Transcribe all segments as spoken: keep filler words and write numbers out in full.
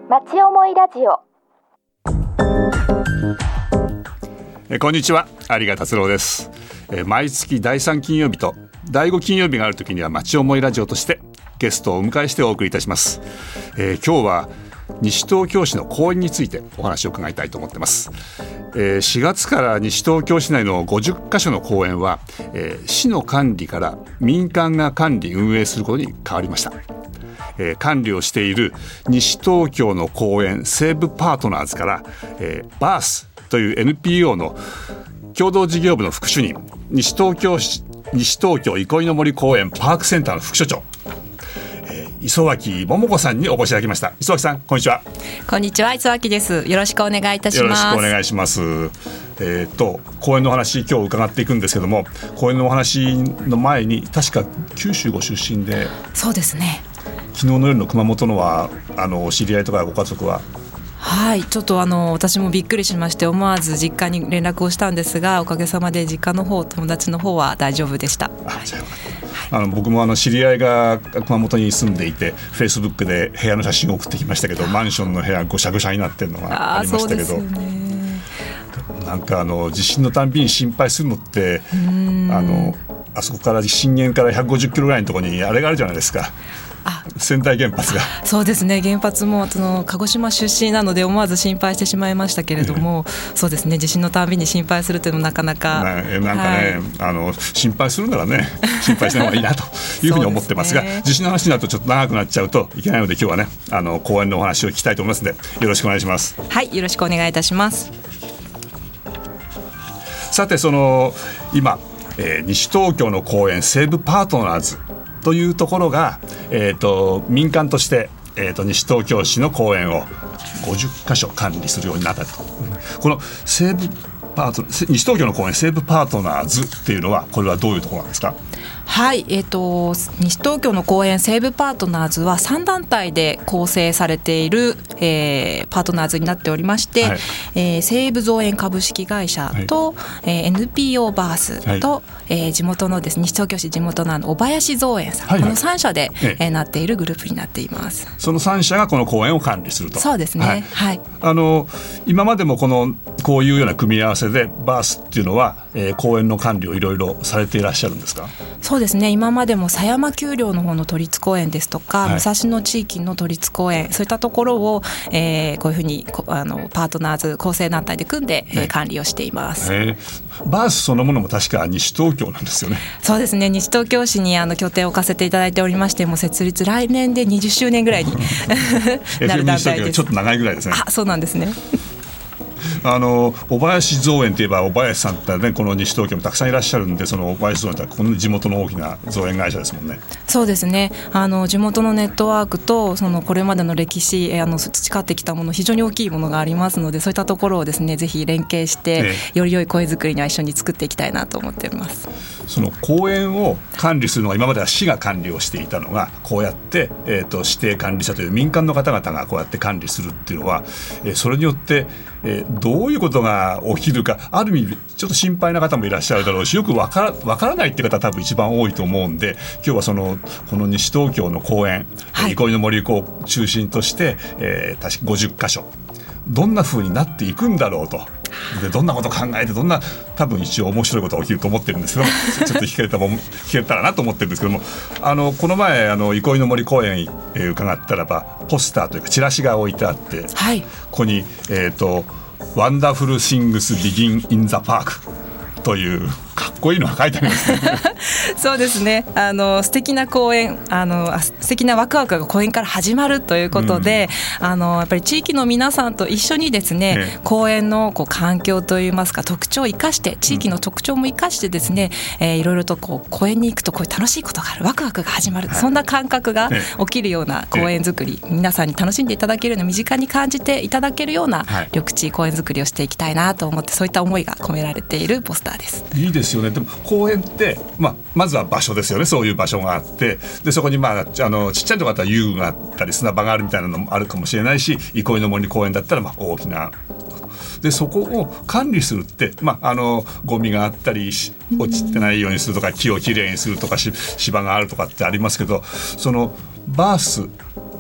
町思いラジオ。 えこんにちは、有賀達郎です。え毎月だいさん金曜日とだいご金曜日があるときには町思いラジオとしてゲストをお迎えしてお送りいたします。えー、今日は西東京市の公園についてお話を伺いたいと思っています。えー、しがつから西東京市内のごじゅっかしょの公園は、えー、市の管理から民間が管理運営することに変わりました。えー、管理をしている西東京の公園西部パートナーズから、えー、バースという エヌピーオー の共同事業部の副主任、西東京市西東京憩いの森公園パークセンターの副所長、えー、磯脇桃子さんにお越しいただきました。磯脇さん、こんにちは。 こんにちは、磯脇です。よろしくお願いいたします。 よろしくお願いします。えー、と公園のお話今日伺っていくんですけども、公園のお話の前に確か九州ご出身で。 そうですね。 昨日の夜の熊本のはあのお知り合いとかご家族は。 はい、ちょっとあの私もびっくりしまして、思わず実家に連絡をしたんですが、おかげさまで実家の方、友達の方は大丈夫でした。 あ、じゃあよかった。あの僕もあの知り合いが熊本に住んでいて、フェイスブックで部屋の写真を送ってきましたけど、マンションの部屋ごしゃごしゃになってるのがありましたけど。 あ、そうですよね。 なんかあの地震のたんびに心配するのって、あのあそこから震源からひゃくごじゅっキロぐらいのところにあれがあるじゃないですか。仙台原発が。そうですね、 原発もその鹿児島出身なので思わず心配してしまいましたけれども、そうですね、地震のたびに心配するというのもなかなか、 ね、なんかね、はい、あの心配するならね、心配しない方がいいなというふうに思ってますが、ね、地震の話になるとちょっと長くなっちゃうといけないので、今日はね、あの公園のお話を聞きたいと思いますので、よろしくお願いします。 はい、よろしくお願いいたします。 さて、その今、えー、西東京の公園西部パートナーズというところが、えー、と民間として、えー、と西東京市の公園をごじゅっかしょ管理するようになったと。この西部パート西東京の公園西部パートナーズっていうのは、これはどういうところなんですか？ はい、えー、と西東京の公園西部パートナーズはさんだんたいで構成されている、えー、パートナーズになっておりまして、はい、えー、西部造園株式会社と、はい、えー、エヌピーオー バースと、はい、えー、地元のです、ね、西東京市地元のあの小林造園さん、はいはい、このさんしゃで、えー、なっているグループになっています。 そのさんしゃがこの公園を管理すると。 そうですね、はいはい、 あの今までもこのこういうような組み合わせでバースっていうのは、えー、公園の管理をいろいろされていらっしゃるんですか？ そうですね、今までも狭山丘陵の方の都立公園ですとか、はい、武蔵野地域の都立公園、そういったところを、えー、こういうふうにあのパートナーズ構成団体で組んで、ね、えー、管理をしています。 えー、バースそのものも確か西東京なんですよね。 そうですね、西東京市にあの拠点を置かせていただいておりまして、もう設立来年でにじゅっしゅうねんぐらいになる団体です。 ちょっと長いぐらいですね。 あ、そうなんですね。 あの小林造園といえば小林さんって、ね、この西東京もたくさんいらっしゃるんで、その小林造園ってこの地元の大きな造園会社ですもんね。 そうですね、あの地元のネットワークとそのこれまでの歴史、あの培ってきたもの、非常に大きいものがありますので、そういったところをですね、ぜひ連携して、ええ、より良い公園作りには一緒に作っていきたいなと思っております。 その公園を管理するのが、今までは市が管理をしていたのが、こうやって、えーと、指定管理者という民間の方々がこうやって管理するっていうのは、えー、それによって、えー、どういうことが起きるか、ある意味ちょっと心配な方もいらっしゃるだろうし、よくわから、わからないっていう方は多分一番多いと思うんで、今日はそのこの西東京の公園、はい、憩いの森を中心として、えー、確かごじゅっかしょ、どんな風になっていくんだろうと、でどんなことを考えて、どんな多分一応面白いことが起きると思ってるんですけどちょっと聞けたら聞けたらなと思ってるんですけども、あのこの前あの憩いの森公園、えー、伺ったらば、ポスターというかチラシが置いてあって、はい、ここに、えーと、ワンダフルシングスビギンインザパークというかっこいいのが書いてありますね。 そうですね、あの素敵な公園、あの素敵なワクワクが公園から始まるということで、うん、あのやっぱり地域の皆さんと一緒にですね、ね、公園のこう環境といいますか、特徴を生かして、地域の特徴も生かしてですね、うん、えー、いろいろとこう公園に行くとこういう楽しいことがある、ワクワクが始まる、はい、そんな感覚が起きるような公園作り、ね、皆さんに楽しんでいただけるような、身近に感じていただけるような緑地公園作りをしていきたいなと思って、そういった思いが込められているポスターです。 いいですよね。でも公園って、まあ、まずは場所ですよね。そういう場所があって、でそこに、まあ、あのちっちゃいところだったら遊具があったり砂場があるみたいなのもあるかもしれないし、憩いの森公園だったらまあ大きなで、そこを管理するって、まあ、あのゴミがあったり落ちてないようにするとか、木をきれいにするとか、し芝があるとかってありますけど、そのバース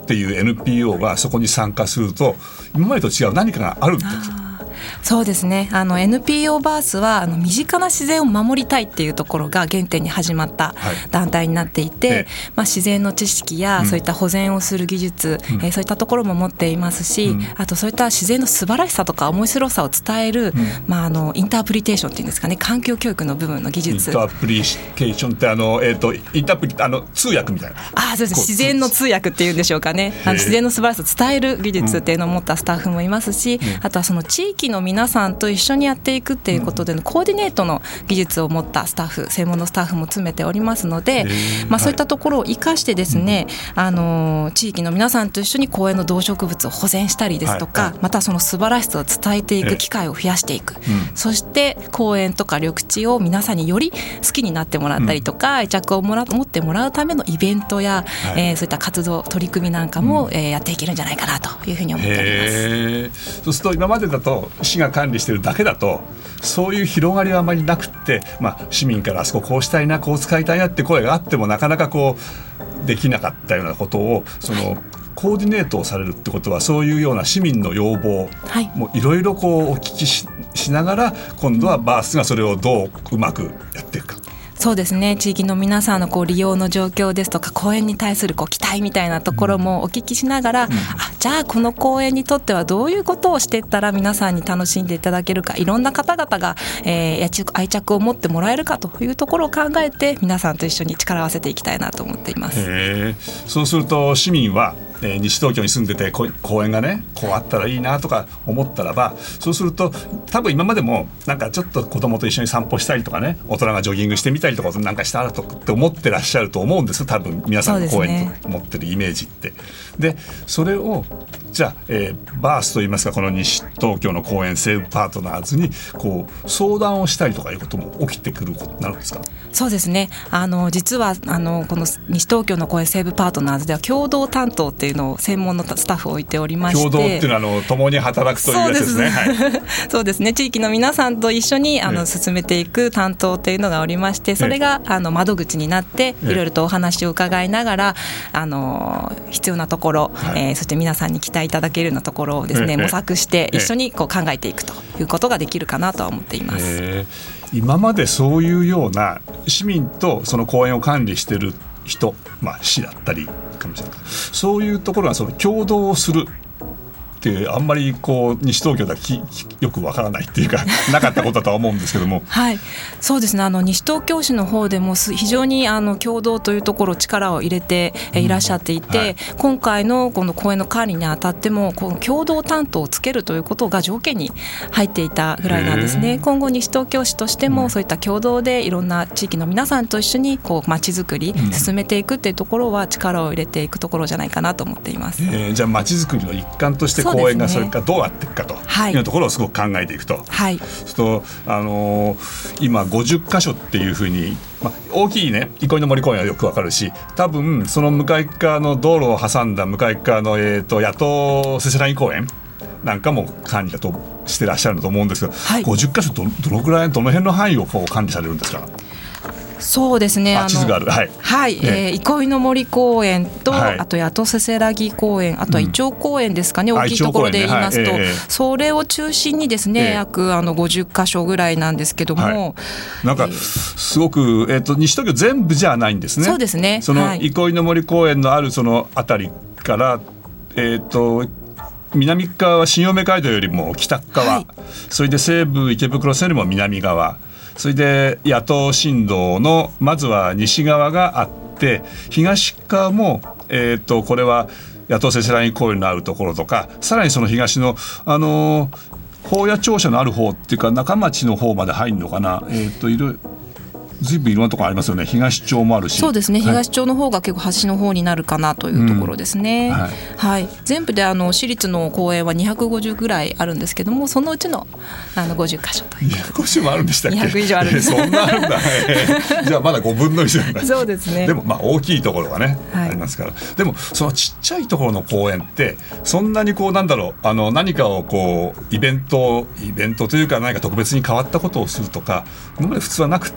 っていう エヌピーオー がそこに参加すると今までと違う何かがあるんだと。 そうですね、あの エヌピーオー バースはあの身近な自然を守りたいっていうところが原点に始まった団体になっていて、はい、まあ、自然の知識やそういった保全をする技術、うん、えー、そういったところも持っていますし、うん、あとそういった自然の素晴らしさとか面白さを伝える、うん、まあ、あのインタープリテーションっていうんですかね、環境教育の部分の技術。 インタープリケーションってあの、えー、とインタープリあの通訳みたいな。 あ、そうです、自然の通訳っていうんでしょうかね。あの自然の素晴らしさを伝える技術っていうのを持ったスタッフもいますし、うん、あとはその地域の皆さんと一緒にやっていくっていうことでのコーディネートの技術を持ったスタッフ、専門のスタッフも詰めておりますので、まあ、そういったところを生かしてですね、はい、あの地域の皆さんと一緒に公園の動植物を保全したりですとか、はいはい、またその素晴らしさを伝えていく機会を増やしていく、うん、そして公園とか緑地を皆さんにより好きになってもらったりとか、うん、愛着をもら持ってもらうためのイベントや、はい、えー、そういった活動取り組みなんかも、うん、えー、やっていけるんじゃないかなというふうに思っております。 へ、そうすると今までだと市が管理しているだけだとそういう広がりはあまりなくって、まあ、市民からあそここうしたいなこう使いたいなって声があってもなかなかこうできなかったようなことをそのコーディネートをされるってことはそういうような市民の要望もいろいろお聞き し, しながら今度はバースがそれをどううまくやっていくか。 そうですね、地域の皆さんのこう利用の状況ですとか公園に対するこう期待みたいなところもお聞きしながら、うん、あじゃあこの公園にとってはどういうことをしていったら皆さんに楽しんでいただけるか、いろんな方々が、えー、愛着を持ってもらえるかというところを考えて皆さんと一緒に力を合わせていきたいなと思っています。 へー、そうすると市民はえー、西東京に住んでて公園がねこうあったらいいなとか思ったらば、そうすると多分今までもなんかちょっと子供と一緒に散歩したりとかね、大人がジョギングしてみたりとかなんかしたらとって思ってらっしゃると思うんです。多分皆さんの公園と持ってるイメージって。でそれをじゃあ、えー、バースといいますかこの西東京の公園セーブパートナーズにこう相談をしたりとかいうことも起きてくることになるんですか？ そうですね、あの実はあのこの西東京の公園セーブパートナーズでは共同担当っていうのを専門のスタッフを置いておりまして、 共同っていうのはあの共に働くというやつですね。 そうです、はい、そうですね、地域の皆さんと一緒にあの進めていく担当っていうのがおりまして、それがあの窓口になっていろいろとお話を伺いながらあの必要なところ、はい、えー、そして皆さんに期待いただけるようなところをですね、模索して一緒にこう考えていくということができるかなとは思っています。 えー、今までそういうような市民とその公園を管理している人、まあ、市だったりかもしれない、そういうところがその共同をするっていうあんまりこう西東京ではきよくわからないっていうかなかったことだとは思うんですけどもはい、そうですね、あの西東京市の方でも非常にあの共同というところ力を入れていらっしゃっていて、うん、はい、今回のこの公園の管理にあたってもこの共同担当をつけるということが条件に入っていたぐらいなんですね。今後西東京市としてもそういった共同でいろんな地域の皆さんと一緒にこう街づくり進めていくっていうところは力を入れていくところじゃないかなと思っています。 えー、じゃあ街づくりの一環として公園がそれからどうやっていくかというところをすごく考えていくと、はい、そうすると、あのー、今ごじゅっかしょっていうふうに、まあ、大きいね憩いの森公園はよくわかるし、多分その向かい側の道路を挟んだ向かい側の、えーと、野党せせらぎ公園なんかも管理だとしてらっしゃると思うんですけど、はい、ごじゅっかしょ ど, どのくらいどの辺の範囲をこう管理されるんですか？ そうですね、 あ地図がある、はい、 はい、えー、憩いの森公園と、はい、あと八戸せせらぎ公園、あとはイチョウ公園ですかね、うん、大きいところで言いますと、ね、はい、えー、それを中心にですね、えー、約あのごじゅっかしょぐらいなんですけども、はい、 なんかすごく、えー、と西東京全部じゃないんですね。 そうですね、 その憩いの森公園のあるその辺りから、えー、と南側は新青梅街道よりも北側、はい、それで西武池袋線よりも南側、それで野党新道のまずは西側があって、東側も、えー、とこれは野党せせらぎ公園のあるところとか、さらにその東の、あのー、宝谷庁舎のある方っていうか中町の方まで入るのかな、えー、といろいろずいぶんいろんなところありますよね。東町もあるし、 そうですね、東町の方が結構端の方になるかなというところですね、うん、はいはい、全部であの私立の公園はにひゃくごじゅうぐらいあるんですけども、そのうちの、あのごじゅっかしょという。 にひゃくごじゅうもあるんでしたっけ？ にひゃく以上あるんです。 そんなあるんだ、じゃあまだごぶんのいちなんだ。 そうですね。 でもまあ大きいところがね、はい、ありますから。でもそのちっちゃいところの公園ってそんなにこうなんだろう、あの何かをこうイベントイベントというか何か特別に変わったことをするとか今まで普通はなくて、ただ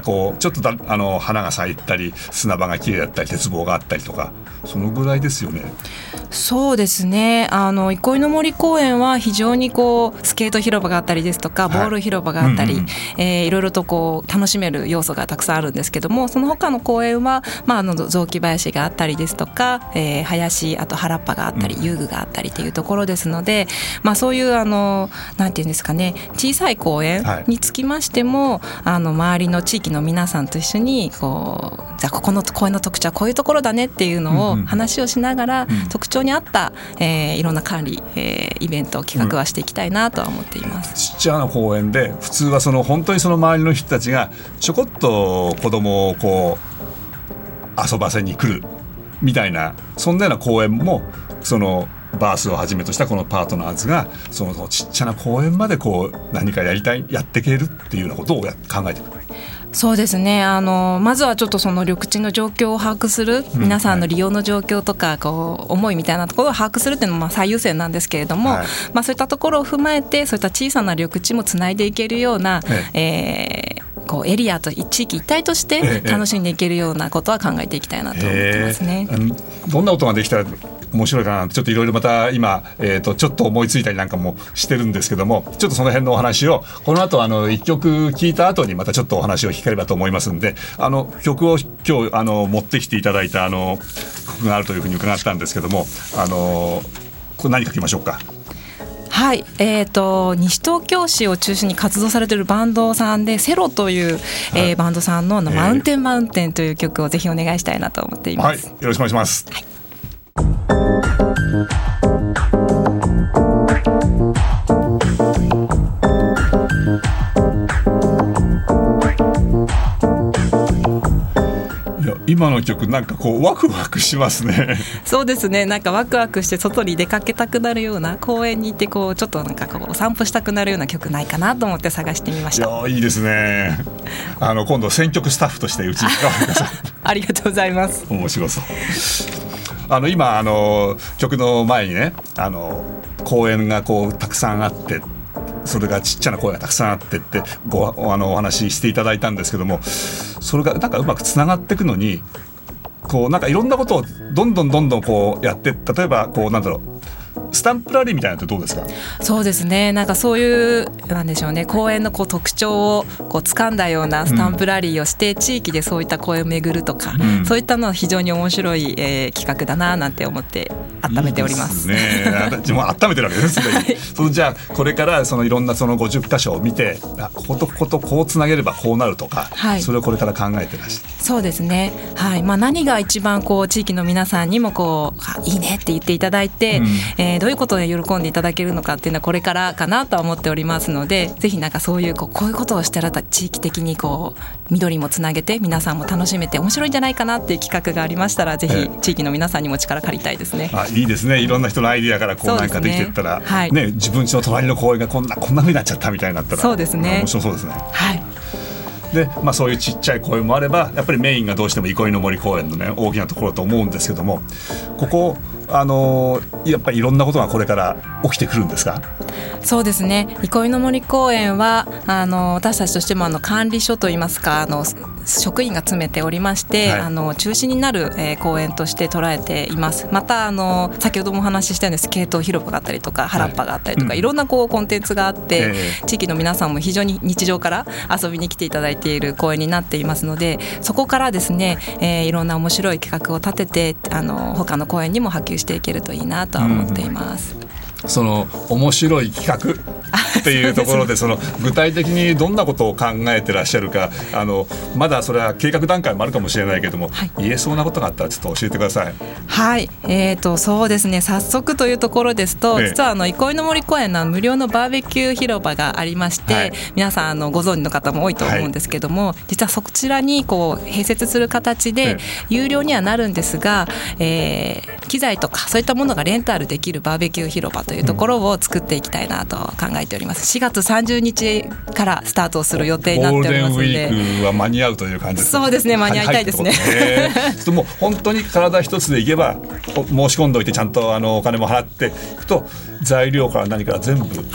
こうちょっとだあの花が咲いたり砂場がきれいだったり鉄棒があったりとかそのぐらいですよね。 そうですね、あの憩いの森公園は非常にこうスケート広場があったりですとかボール広場があったり、はいうんうんえー、いろいろとこう楽しめる要素がたくさんあるんですけども、その他の公園は、まあ、あの雑木林があったりですとか、えー、林あと原っぱがあったり、うん、遊具があったりというところですので、まあ、そういうあのなんていうんですかね、小さい公園につきましても、はい、あの周りの地域の皆さんと一緒にこうじゃあここの公園の特徴はこういうところだねっていうのを話をしながら、うんうん、特徴に合った、えー、いろんな管理、えー、イベント企画はしていきたいなとは思っています、うん、 ちっちゃな公園で普通はその本当にその周りの人たちがちょこっと子供をこう遊ばせに来るみたいなそんなような公園もそのバースをはじめとしたこのパートナーズがそのちっちゃな公園までこう何かやりたいやっていけるっていうようなことをや考えていく。 そうですね、あのまずはちょっとその緑地の状況を把握する、皆さんの利用の状況とかこう思いみたいなところを把握するっていうのもまあ最優先なんですけれども、はいまあ、そういったところを踏まえてそういった小さな緑地もつないでいけるような、えー、こうエリアと地域一体として楽しんでいけるようなことは考えていきたいなと思ってますね。 どんなことができたら面白いかなってちょっといろいろまた今、えー、とちょっと思いついたりなんかもしてるんですけども、ちょっとその辺のお話をこの後あのいっきょく聴いた後にまたちょっとお話を聞ければと思いますんで、あの曲を今日あの持ってきていただいたあの曲があるというふうに伺ったんですけども、あのこれ何書きましょうか。 はい、えー、と西東京市を中心に活動されているバンドさんでセロという、えー、バンドさんのマウンテンマウンテンという曲をぜひお願いしたいなと思っています、 はい、よろしくお願いします、はい。いや今の曲なんかこうワクワクしますね。 そうですね、なんかワクワクして外に出かけたくなるような、公園に行ってこうちょっとなんかこうお散歩したくなるような曲ないかなと思って探してみました。 いやいいですね。あの今度選曲スタッフとしてうちに使われてください。 ありがとうございます。 面白そう。あの今あの曲の前にね、あの公園がこうたくさんあって、それがちっちゃな公園がたくさんあってってごあのお話ししていただいたんですけども、それがなんかうまくつながっていくのに、こうなんかいろんなことをどんどんどんどんこうやって、例えばこうなんだろう、スタンプラリーみたいなのってどうですか。 そうですね、なんかそういうなんでしょうね、公園のこう特徴をこう掴んだようなスタンプラリーをして、うん、地域でそういった公園を巡るとか、うん、そういったのは非常に面白い、えー、企画だななんて思って温めております。 いいですね。自分は温めてるわけです、はい、そのじゃあこれからそのいろんなそのごじゅっかしょを見て、あこことこことこうつなげればこうなるとか、はい、それをこれから考えてらっしゃる。 そうですね、はいまあ、何が一番こう地域の皆さんにもこういいねって言っていただいて、うんえー、どういうことで喜んでいただけるのかっていうのはこれからかなとは思っておりますので、ぜひなんかそういうこう、こういうことをしたら地域的にこう緑もつなげて皆さんも楽しめて面白いんじゃないかなっていう企画がありましたら、ぜひ地域の皆さんにも力借りたいですね。 あいいですね、いろんな人のアイディアからこうなんかできていったら、ねはいね、自分家の隣の公園がこんなこんな風になっちゃったみたいになったら、 そうですね、 面白そうですね。 はいでまあ、そういうちっちゃい公園もあれば、やっぱりメインがどうしても憩いの森公園の、ね、大きなところと思うんですけども、ここあのやっぱりいろんなことがこれから起きてくるんですか。 そうですね、憩いの森公園はあの私たちとしてもあの管理所といいますか、あの職員が詰めておりまして、はい、あの中心になる、えー、公園として捉えています。またあの先ほどもお話ししたようにスケート広場があったりとか原っぱがあったりとか、はい、いろんなこうコンテンツがあって、えー、地域の皆さんも非常に日常から遊びに来ていただいている公園になっていますので、そこからですね、えー、いろんな面白い企画を立ててあの他の公園にも波及していけるといいなとは思っています、 うん、その面白い企画っていうところでその具体的にどんなことを考えてらっしゃるか、あのまだそれは計画段階もあるかもしれないけども、はい、言えそうなことがあったらちょっと教えてください。 はい、えーと、そうですね、早速というところですと、ええ、実はあの憩いの森公園の無料のバーベキュー広場がありまして、はい、皆さんあのご存知の方も多いと思うんですけども、はい、実はそちらにこう併設する形で、ええ、有料にはなるんですが、えー、機材とかそういったものがレンタルできるバーベキュー広場というところを作っていきたいなと考えております。しがつさんじゅうにちからスタートをする予定になっておりますので、 ゴールデンウィークは間に合うという感じですね。 そうですね、間に合いたいですね。 はい、もう本当に体一つでいけば申し込んでおいてちゃんとあのお金も払っていくと材料から何から全部あ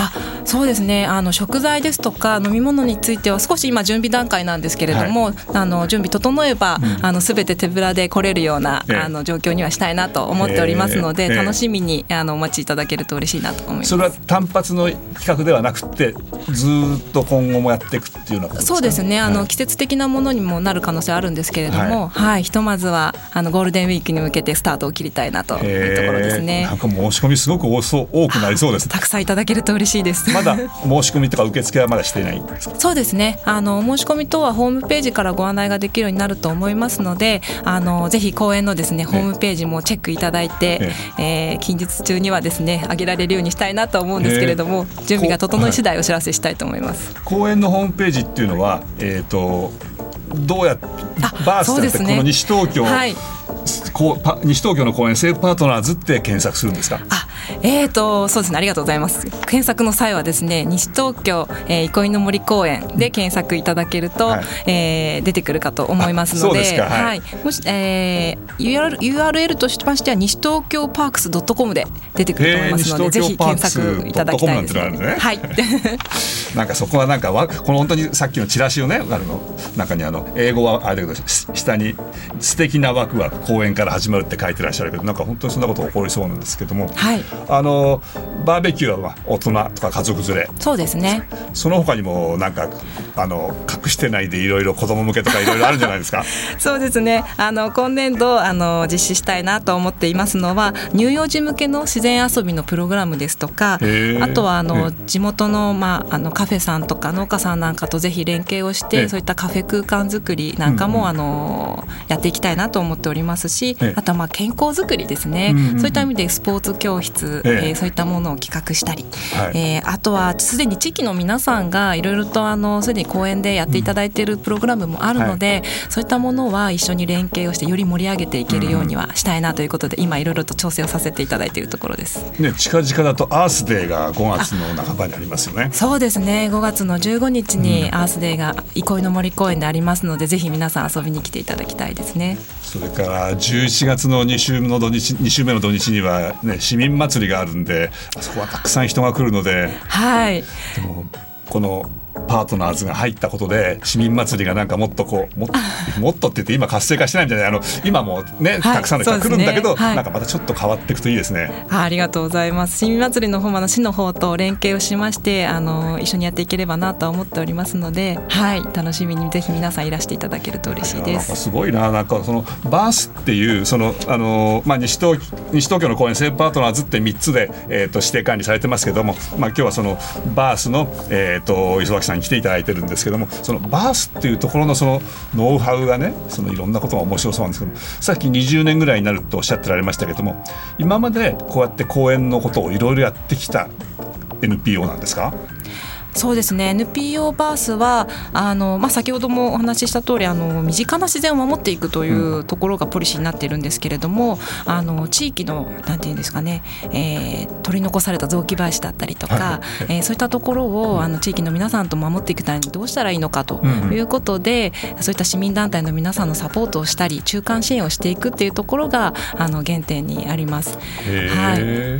そうですね、あの食材ですとか飲み物については少し今準備段階なんですけれども、はい、あの準備整えば、うん、あの全て手ぶらで来れるような、えー、あの状況にはしたいなと思っておりますので、えー、楽しみにあのお待ちいただけると嬉しいなと思います。 それは単発の企画ではなくてずっと今後もやっていくっていうようなことですか？ そうですね、あの、はい、季節的なものにもなる可能性あるんですけれども、はいはい、ひとまずはあのゴールデンウィークに向けてスタートを切りたいなというところですね。 なんか申し込みすごく多そう多くなりそうです。 たくさんいただけると嬉しいです。 まだ申し込みとか受付はまだしていないんですか？ そうですね、あの申し込み等はホームページからご案内ができるようになると思いますので、あのぜひ公演のですねホームページもチェックいただいて、ええー、近日中にはですね上げられるようにしたいなと思うんですけれども、準備が整い次第お知らせしたいと思います。 公演のホームページっていうのは、えーと、どうやってバースってこの西東京、はい、こう西東京の公演セーフパートナーズって検索するんですか？ あ、えーとそうですね、ありがとうございます。検索の際はですね、西東京、えー、憩いの森公園で検索いただけると、はい、えー、出てくるかと思いますので、はい、もし、えー、ユーアール, ユーアールエル としましては西東京パークス .com で出てくると思いますので、ぜひ検索いただきたいですね。はいなんかそこはなんかこの本当にさっきのチラシをね、あの中にあの英語はあれだけど下に素敵なワクワク公演から始まるって書いてらっしゃるけど、なんか本当にそんなこと起こりそうなんですけども、 はい、 あのバーベキューは大人とか家族連れ、 そうですね、 その他にもなんかあの隠してないでいろいろ子供向けとかいろいろあるんじゃないですか？ そうですね、あの今年度あの実施したいなと思っていますのは、乳幼児向けの自然遊びのプログラムですとか、あとはあの地元の、まあ、あのカフェさんとか農家さんなんかとぜひ連携をして、そういったカフェ空間作りなんかも、うんうん、あのやっていきたいなと思っておりますし、あとはまあ健康づくりですね、うんうん、そういった意味でスポーツ教室、えー、そういったものを企画したり、はい、えー、あとはすでに地域の皆さんがいろいろとあのすでに公園でやっていただいているプログラムもあるので、はい、そういったものは一緒に連携をしてより盛り上げていけるようにはしたいなということで、今いろいろと調整をさせていただいているところです、 ね、近々だとアースデーがごがつの半ばにありますよね。 そうですね、ごがつのじゅうごにちにアースデーが憩いの森公園でありますので、ぜひ皆さん遊びに来ていただきたいですね。 それからじゅういちがつの2週の土日に週目の土日には、ね、市民祭りがあるんで、あそこはたくさん人が来るので、 はい、 でもこのパートナーズが入ったことで市民祭りがなんかもっとこう も, もっとって言って今活性化してないんじゃない、あの今もね、はい、たくさんの人が来るんだけど、ね、はい、なんかまたちょっと変わっていくといいですね。 あ, ありがとうございます。市民祭りの方も市の方と連携をしまして、あの一緒にやっていければなと思っておりますので、はい、楽しみにぜひ皆さんいらしていただけると嬉しいです。 なんかすごいな、なんかそのバースっていうそのあの、まあ、西, 東西東京の公園セーフパートナーズってみっつで、えー、と指定管理されてますけども、まあ、今日はそのバースの、えー、と磯脇さんに来ていただいてるんですけども、そのバースっていうところのそのノウハウがね、そのいろんなことが面白そうなんですけども、さっきにじゅうねんぐらいになるとおっしゃってられましたけども、今までこうやって公園のことをいろいろやってきた エヌピーオー なんですか？ そうですね、 エヌピーオー バースはあの、まあ、先ほどもお話しした通り、あの身近な自然を守っていくというところがポリシーになっているんですけれども、あの地域のなんていうんですかね、えー、取り残された雑木林だったりとか、はい、えー、そういったところをあの地域の皆さんと守っていくためにどうしたらいいのかということで、うんうん、そういった市民団体の皆さんのサポートをしたり中間支援をしていくっていうところがあの原点にあります。はい、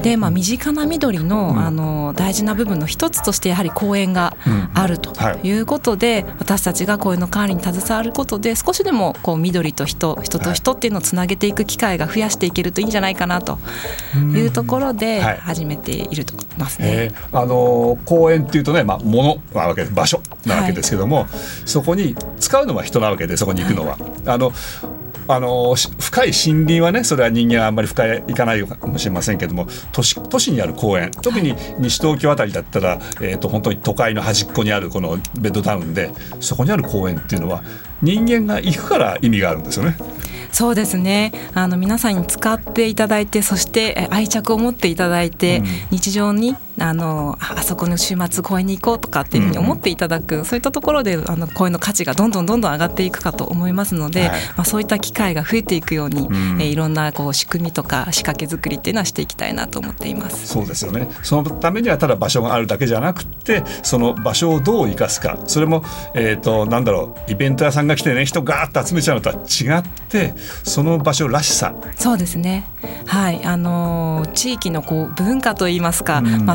で、まあ、身近な緑 の,、うん、あの大事な部分の一つとしてやはり公園があるということで、うん、はい、私たちが公園の管理に携わることで少しでもこう緑と人人と人っていうのをつなげていく機会が増やしていけるといいんじゃないかなというところで始めていると思いますね。 えー、あの公園っていうとね、まあ、物なわけ場所なわけですけども、はい、そこに使うのは人なわけで、そこに行くのは、はい、あのあの深い森林はね、それは人間はあんまり深い行かないかもしれませんけども、都 市, 都市にある公園、特に西東京あたりだったら、えー、と本当に都会の端っこにあるこのベッドタウンで、そこにある公園っていうのは人間が行くから意味があるんですよね。 そうですね、あの皆さんに使っていただいて、そして愛着を持っていただいて、うん、日常にあのあそこの週末公園に行こうとかっていうふうに思っていただく、うん、そういったところであの公園の価値がどんどんどんどん上がっていくかと思いますので、はい、まあ、そういった機会が増えていくように、うん、えー、いろんなこう仕組みとか仕掛け作りっていうのはしていきたいなと思っています。 そうですよね。そのためにはただ場所があるだけじゃなくて、その場所をどう生かすか、それも、えーと、なんだろう、イベント屋さんが来てね、人ガーッと集めちゃうのとは違って、その場所らしさ。 そうですね、はい、あのー、地域のこう文化といいますか、うん、まあ、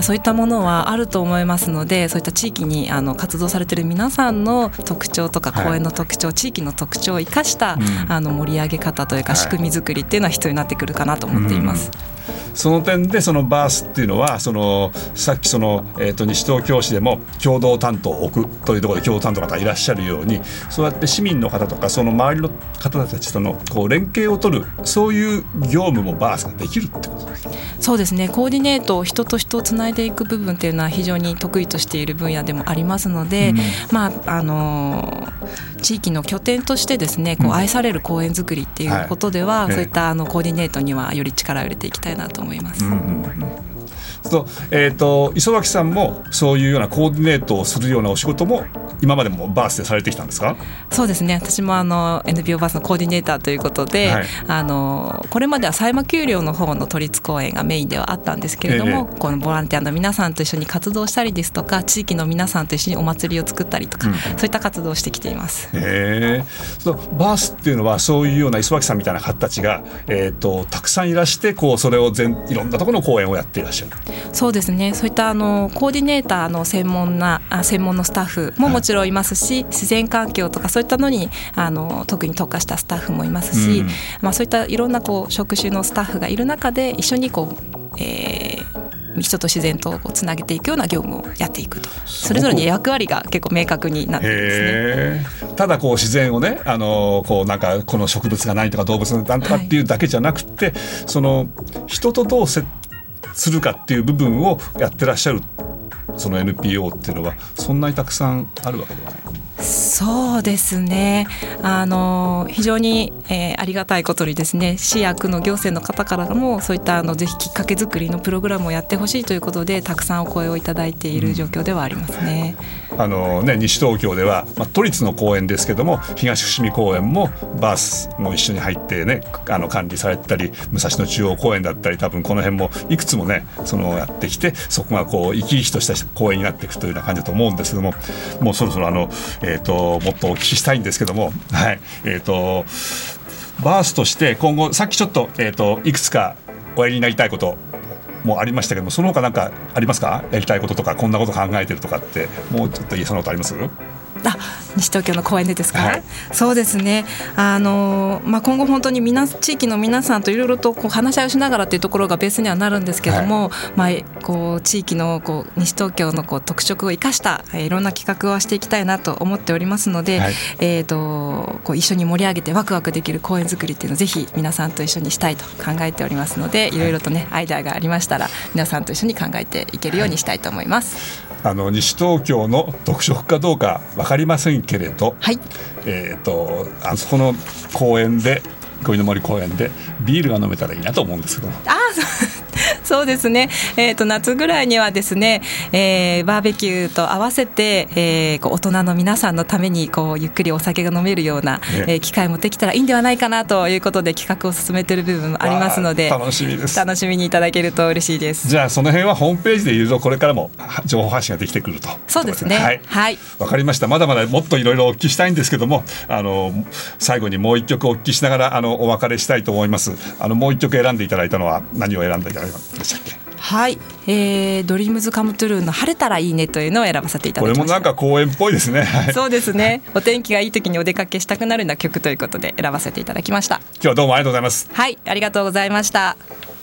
そういったものはあると思いますので、そういった地域にあの活動されている皆さんの特徴とか公園の特徴、はい、地域の特徴を生かした、うん、あの盛り上げ方というか仕組み作りっていうのは必要になってくるかなと思っています、 うん、その点でそのバースっていうのはそのさっきその、えー、と西東京市でも共同担当を置くというところで共同担当の方がいらっしゃるように、そうやって市民の方とかその周りの方たちとのこう連携を取る、そういう業務もバースができるってことですか？ そうですね、コーディネートを人と人をつないでいく部分っていうのは非常に得意としている分野でもありますので、うん、まああのー、地域の拠点としてですね、こう愛される公園づくりっていうことでは、うん、はい、そういったあのコーディネートにはより力を入れていきたいなと思います、うんうんうん。 とえー、と磯脇さんもそういうようなコーディネートをするようなお仕事も今までもバースでされてきたんですか？ そうですね、私もあの エヌピーオー バースのコーディネーターということで、はい、あのこれまでは狭山丘陵の方の都立公園がメインではあったんですけれども、えー、このボランティアの皆さんと一緒に活動したりですとか、地域の皆さんと一緒にお祭りを作ったりとか、うん、そういった活動をしてきています、 えー、そうバースっていうのはそういうような磯脇さんみたいな方たちが、えー、とたくさんいらしてこうそれを全いろんなところの公演をやっていらっしゃる。 そうですね、そういったあのコーディネーターの専門なあ専門のスタッフももちろんいますし、はい、自然環境とかそういったのにあの特に特化したスタッフもいますし、うん、まあ、そういったいろんなこう職種のスタッフがいる中で一緒にこう、えー、人と自然とこうつなげていくような業務をやっていくと、それぞれに役割が結構明確になっているんですね。 ただこう自然をね、あのこうなんかこの植物が何とか動物が何とかっていうだけじゃなくて、はい、その人とどう接するかっていう部分をやってらっしゃるその エヌピーオー っていうのはそんなにたくさんあるわけではない。 そうですね、あの非常に、えー、ありがたいことにですね、市や区の行政の方からもそういったあのぜひきっかけ作りのプログラムをやってほしいということでたくさんお声をいただいている状況ではありますね。 あのね、西東京では、まあ、都立の公園ですけども東伏見公園もバースも一緒に入ってね、あの管理されてたり、武蔵野中央公園だったり、多分この辺もいくつもねそのやってきて、そこがこう生き生きとした公園になっていくというような感じだと思うんですけども、もうそろそろあの、えー、ともっとお聞きしたいんですけども、はい、えー、とバースとして今後さっきちょっと、えー、といくつかおやりになりたいこともありましたけども、その他何かありますか？やりたいこととかこんなこと考えてるとかってもうちょっと言えそうなことあります？ あ、西東京の公園でですか？はい、そうですね、あの、まあ、今後本当にみな地域の皆さんといろいろとこう話し合いをしながらというところがベースにはなるんですけども、はい、まあ、こう地域のこう西東京のこう特色を生かした、えー、いろんな企画をしていきたいなと思っておりますので、はい、えー、とこう一緒に盛り上げてワクワクできる公園作りっていうのをぜひ皆さんと一緒にしたいと考えておりますので、いろいろとねアイデアがありましたら皆さんと一緒に考えていけるようにしたいと思います。 あの西東京の特色かどうか分かりませんけれど、はい、えー、とあそこの公園で鯉の森公園でビールが飲めたらいいなと思うんですけど。 あそうですね、えー、と夏ぐらいにはですね、えー、バーベキューと合わせて、えー、こう大人の皆さんのためにこうゆっくりお酒が飲めるような、ねえー、機会もできたらいいんではないかなということで企画を進めている部分もありますので、 楽しみです。 楽しみにいただけると嬉しいです。 じゃあその辺はホームページで言うとこれからも情報発信ができてくると。 そうですね、はい、はい、 わかりました。まだまだもっといろいろお聞きしたいんですけども、あの最後にもう一曲お聞きしながらあのお別れしたいと思います。あのもう一曲選んでいただいたのは何を選んでいただいたんでしたっけ？ はい、えー、ドリームズカムトゥルーの晴れたらいいねというのを選ばせていただきました。 これもなんか公園っぽいですね。 そうですね、お天気がいい時にお出かけしたくなるような曲ということで選ばせていただきました。 今日はどうもありがとうございます。 はい、ありがとうございました。